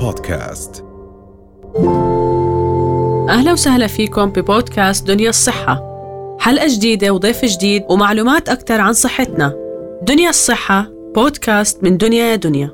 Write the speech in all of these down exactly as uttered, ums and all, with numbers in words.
بودكاست. أهلا وسهلا فيكم ببودكاست دنيا الصحة، حلقة جديدة وضيف جديد ومعلومات أكثر عن صحتنا. دنيا الصحة بودكاست من دنيا يا دنيا.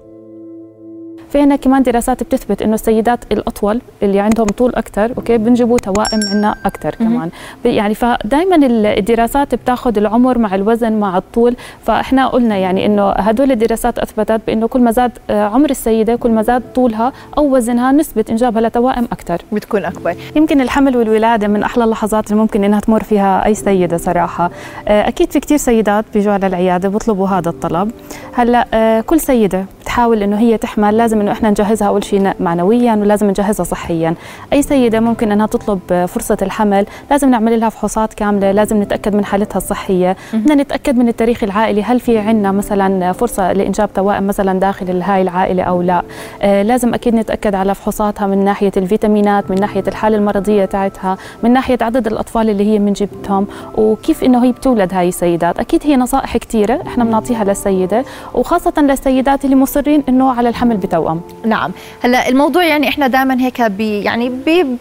في هنا كمان دراسات بتثبت انه السيدات الاطول اللي عندهم طول اكثر اوكي بنجيبوا توائم عنا اكثر كمان. يعني فدائما الدراسات بتاخذ العمر مع الوزن مع الطول، فاحنا قلنا يعني انه هدول الدراسات اثبتت بانه كل ما زاد عمر السيده كل ما زاد طولها او وزنها نسبه انجابها لتوائم اكثر بتكون اكبر. يمكن الحمل والولاده من احلى اللحظات اللي ممكن انها تمر فيها اي سيده صراحه. اكيد في كثير سيدات بيجوا على العياده بيطلبوا هذا الطلب. هلا كل سيده بتحاول انه هي تحمل لازم انه احنا نجهزها اول شيء معنويا ولازم نجهزها صحيا. اي سيده ممكن انها تطلب فرصه الحمل لازم نعمل لها فحوصات كامله، لازم نتاكد من حالتها الصحيه، بدنا نتاكد من التاريخ العائلي، هل في عندنا مثلا فرصه لانجاب توائم مثلا داخل هاي العائله او لا. آه لازم اكيد نتاكد على فحوصاتها من ناحيه الفيتامينات، من ناحيه الحاله المرضيه تاعتها، من ناحيه عدد الاطفال اللي هي بنجيبهم وكيف انه هي بتولد هاي السيدات. اكيد هي نصائح كثيره احنا بنعطيها للسيده وخاصه للسيدات اللي مصرين انه على الحمل بتوأم. نعم. هلا الموضوع يعني احنا دائما هيك بي يعني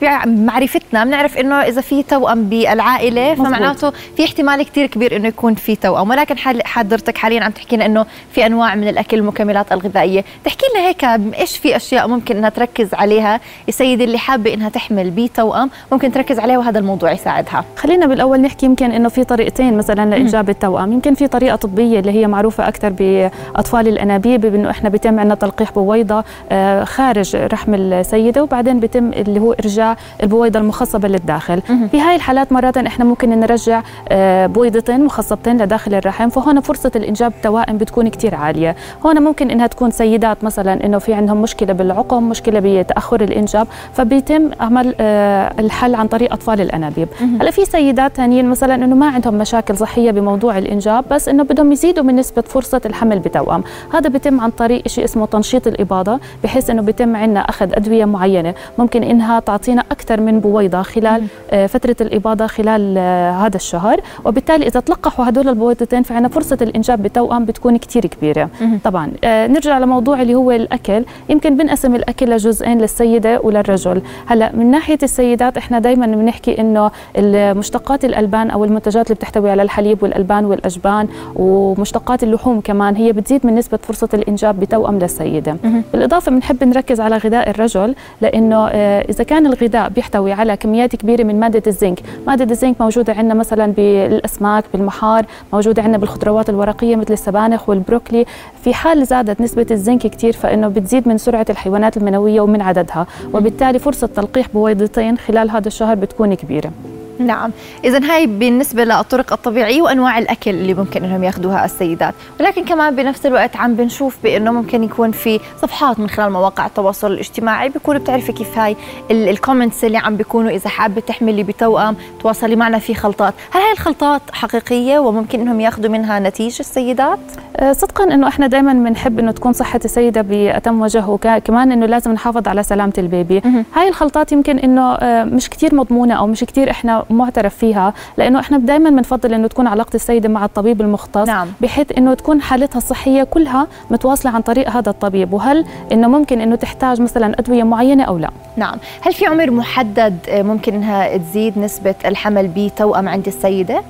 بمعرفتنا بنعرف انه اذا في توأم بالعائله فمعناته في احتمال كثير كبير انه يكون في توأم، ولكن حضرتك حاليا عم تحكي لنا انه في انواع من الاكل المكملات الغذائيه. تحكي لنا هيك ايش في اشياء ممكن انها تركز عليها السيده اللي حابه انها تحمل بتوأم ممكن تركز عليها وهذا الموضوع يساعدها؟ خلينا بالاول نحكي يمكن انه في طريقتين مثلا لانجاب التوأم. يمكن في طريقه طبيه اللي هي معروفه اكثر باطفال الانابيب، بانه احنا بيتم عندنا تلقيح بويضه خارج رحم السيده وبعدين بيتم اللي هو ارجاع البويضه المخصبه للداخل. في هاي الحالات مرات احنا ممكن نرجع بويضتين مخصبتين لداخل الرحم، فهون فرصه الانجاب التوائم بتكون كثير عاليه. هون ممكن انها تكون سيدات مثلا انه في عندهم مشكله بالعقم، مشكله بتاخر الانجاب، فبيتم عمل الحل عن طريق اطفال الانابيب. هلا في سيدات ثانيين مثلا انه ما عندهم مشاكل صحيه بموضوع الانجاب بس انه بدهم يزيدوا من نسبه فرصه الحمل بتوأم. هذا بيتم عن طريق شيء اسمه تنشيط الاباضه، بحيث انه بيتم عندنا اخذ ادويه معينه ممكن انها تعطينا اكثر من بويضه خلال آه فتره الاباضه خلال آه هذا الشهر، وبالتالي اذا تلقحوا هدول البويضتين فعنا فرصه الانجاب بتوأم بتكون كثير كبيره. طبعا آه نرجع لموضوع اللي هو الاكل. يمكن بنقسم الاكل لجزئين للسيده وللرجل. هلا من ناحيه السيدات احنا دائما بنحكي انه المشتقات الالبان او المنتجات اللي بتحتوي على الحليب والالبان والاجبان ومشتقات اللحوم كمان هي بتزيد من نسبه فرصه الانجاب بتوأم للسيده. بالاضافه بنحب نركز على غذاء الرجل، لانه اذا كان الغذاء بيحتوي على كميات كبيره من ماده الزنك، ماده الزنك موجوده عندنا مثلا بالاسماك، بالمحار، موجوده عندنا بالخضروات الورقيه مثل السبانخ والبروكلي. في حال زادت نسبه الزنك كثير فانه بتزيد من سرعه الحيوانات المنويه ومن عددها، وبالتالي فرصه تلقيح بويضتين خلال هذا الشهر بتكون كبيره. نعم، إذن هاي بالنسبة للطرق الطبيعية وأنواع الأكل اللي ممكن إنهم ياخذوها السيدات، ولكن كمان بنفس الوقت عم بنشوف بإنه ممكن يكون في صفحات من خلال مواقع التواصل الاجتماعي بيكونوا بتعرفي كيف هاي الكومنتس اللي عم بيكونوا إذا حابة تحملي بتوأم تواصلي معنا في خلطات. هل هاي الخلطات حقيقية وممكن إنهم ياخذوا منها نتيجة السيدات؟ أه صدقا إنه إحنا دائما بنحب إنه تكون صحة السيدة بأتم وجه، وكمان إنه لازم نحافظ على سلامة البيبي. هاي الخلطات يمكن إنه مش كتير مضمونة أو مش كتير إحنا معترف فيها، لانه احنا دائما بنفضل انه تكون علاقه السيده مع الطبيب المختص. نعم. بحيث انه تكون حالتها الصحيه كلها متواصله عن طريق هذا الطبيب، وهل انه ممكن انه تحتاج مثلا ادويه معينه او لا. نعم. هل في عمر محدد ممكن انها تزيد نسبه الحمل بتوأم عند السيده؟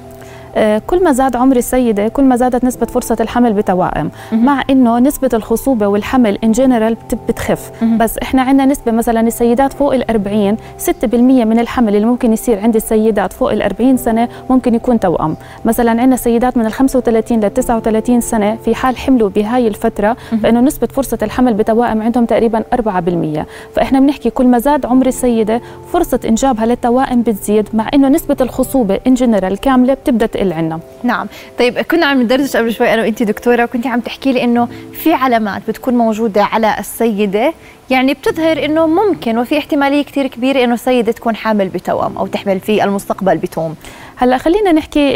كل ما زاد عمر السيدة كل ما زادت نسبة فرصة الحمل بتوائم، مع إنه نسبة الخصوبة والحمل إن جنرال بتخف. بس إحنا عندنا نسبة مثلا السيدات فوق الأربعين ستة بالمية من الحمل اللي ممكن يصير عند السيدات فوق الأربعين سنة ممكن يكون توأم. مثلا عندنا سيدات من الخمسة وثلاثين للتسعة وثلاثين سنة في حال حملوا بهاي الفترة فإنه نسبة فرصة الحمل بتوائم عندهم تقريبا أربعة بالمية. فإحنا بنحكي كل ما زاد عمر السيدة فرصة إنجابها للتوائم بتزيد، مع إنه نسبة الخصوبة إن جنرال كاملة بتبدأ تقل عنا. نعم. طيب كنا عم ندردش قبل شوي انا وانت دكتوره، وكنتي عم تحكي لي انه في علامات بتكون موجوده على السيده يعني بتظهر انه ممكن وفي احتماليه كثير كبيره انه السيده تكون حامل بتوأم او تحمل في المستقبل بتوم. هلا خلينا نحكي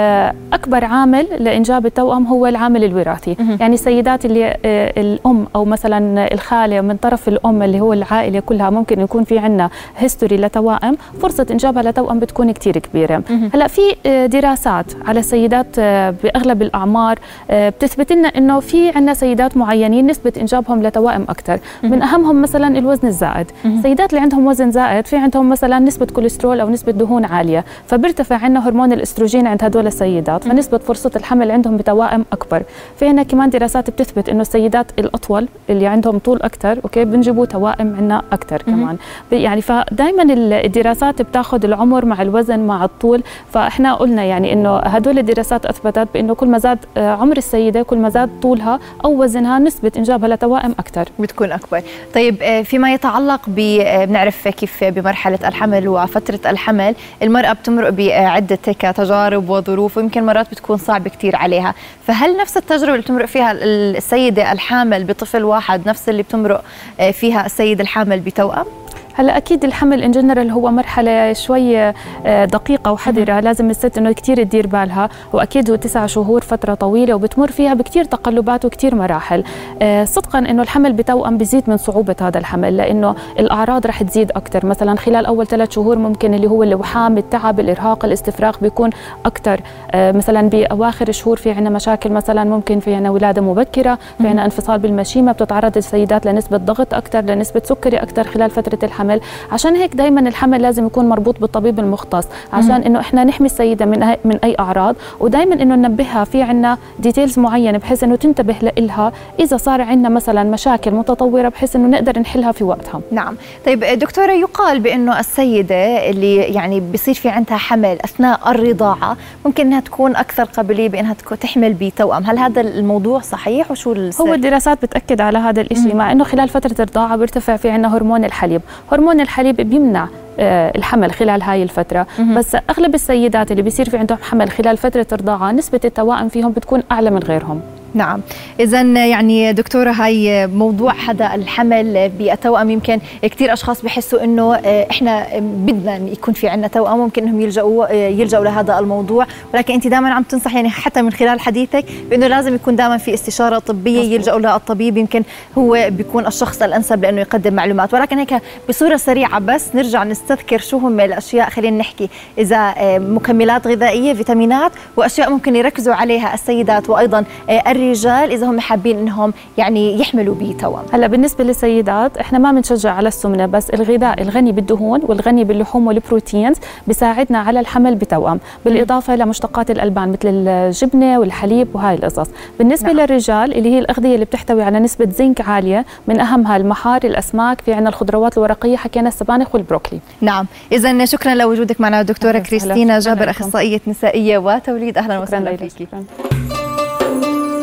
اكبر عامل لانجاب التوأم هو العامل الوراثي. يعني السيدات اللي الام او مثلا الخاله من طرف الام اللي هو العائله كلها ممكن يكون في عندنا هيستوري لتوائم، فرصه انجابها لتوأم بتكون كتير كبيره. هلا في دراسات على السيدات باغلب الاعمار بتثبت لنا انه في عندنا سيدات معينين نسبه انجابهم لتوائم اكثر. من اهمهم مثلا الوزن الزائد. السيدات اللي عندهم وزن زائد في عندهم مثلا نسبه كوليسترول او نسبه دهون عاليه، فبيرتفع عندنا هرمون الاستروجين عند هدول السيدات، فنسبه فرصه الحمل عندهم بتوائم اكبر. في عندنا كمان دراسات بتثبت انه السيدات الاطول اللي عندهم طول اكثر اوكي بنجيبوا توائم عندنا اكثر كمان. يعني فدائما الدراسات بتاخذ العمر مع الوزن مع الطول، فاحنا قلنا يعني انه هدول الدراسات اثبتت بانه كل ما زاد عمر السيده كل ما زاد طولها او وزنها نسبه انجابها لتوائم اكثر بتكون اكبر. طيب فيما يتعلق بنعرف كيف بمرحله الحمل وفتره الحمل المراه بتمرق بعده هيك تجارب وظروف ويمكن مرات بتكون صعبه كثير عليها، فهل نفس التجربه اللي بتمرق فيها السيده الحامل بطفل واحد نفس اللي بتمرق فيها السيده الحامل بتوأم؟ هلا اكيد الحمل ان جنرال هو مرحله شوي دقيقه وحذره، لازم الست انه كثير تدير بالها، واكيد هو تسع شهور فتره طويله وبتمر فيها بكثير تقلبات وكثير مراحل. صدقا انه الحمل بتوأم بيزيد من صعوبه هذا الحمل، لانه الاعراض رح تزيد اكثر. مثلا خلال اول ثلاث شهور ممكن اللي هو اللوحام، التعب، الارهاق، الاستفراغ بيكون اكثر. مثلا باواخر الشهور في عندنا مشاكل، مثلا ممكن في عندنا ولاده مبكره، في عندنا انفصال بالمشيمه، بتتعرض السيدات لنسبه ضغط اكثر، لنسبه سكري اكثر خلال فتره الحمل. عشان هيك دائما الحمل لازم يكون مربوط بالطبيب المختص، عشان انه احنا نحمي السيده من أي من اي اعراض، ودائما انه ننبهها في عندنا ديتيلز معينه بحيث انه تنتبه لها اذا صار عندنا مثلا مشاكل متطوره بحيث انه نقدر نحلها في وقتها. نعم. طيب دكتوره، يقال بانه السيده اللي يعني بيصير في عندها حمل اثناء الرضاعه ممكن انها تكون اكثر قابليه بانها تحمل بتوأم، هل هذا الموضوع صحيح وشو السر؟ هو الدراسات بتاكد على هذا الشيء، مع انه خلال فتره الرضاعه بيرتفع في عندنا هرمون الحليب. هرمون الحليب بيمنع الحمل خلال هاي الفترة، بس أغلب السيدات اللي بيصير في عندهم حمل خلال فترة الرضاعة نسبة التوائم فيهم بتكون أعلى من غيرهم. نعم. إذا يعني دكتورة، هاي موضوع هذا الحمل بالتوأم يمكن كثير أشخاص بحسوا إنه إحنا بدنا يكون في عندنا توأم، ممكن إنهم يلجأوا يلجأوا لهذا الموضوع، ولكن أنت دائما عم تنصح يعني حتى من خلال حديثك بإنه لازم يكون دائما في استشارة طبية، يلجأوا لها الطبيب، يمكن هو بيكون الشخص الأنسب لأنه يقدم معلومات. ولكن هيك بصورة سريعة بس نرجع نستذكر شو هم الأشياء. خلينا نحكي إذا مكملات غذائية، فيتامينات، وأشياء ممكن يركزوا عليها السيدات وأيضا الرجال إذا هم حابين إنهم يعني يحملوا بتوأم. هلا بالنسبة للسيدات إحنا ما بنشجع على السمنة، بس الغذاء الغني بالدهون والغني باللحوم والبروتينز بيساعدنا على الحمل بتوأم، بالإضافة لمشتقات الألبان مثل الجبنة والحليب وهاي القصص. بالنسبة نعم. للرجال اللي هي الأغذية اللي بتحتوي على نسبة زنك عالية، من أهمها المحار، الأسماك، في عنا الخضروات الورقية، حكينا السبانخ والبروكلي. نعم. إذا شكرا لوجودك معنا دكتورة كريستينا جابر، أخصائية نسائية وتوليد. أهلا وسهلا فيكي.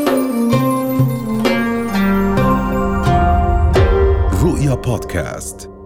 رؤيا بودكاست.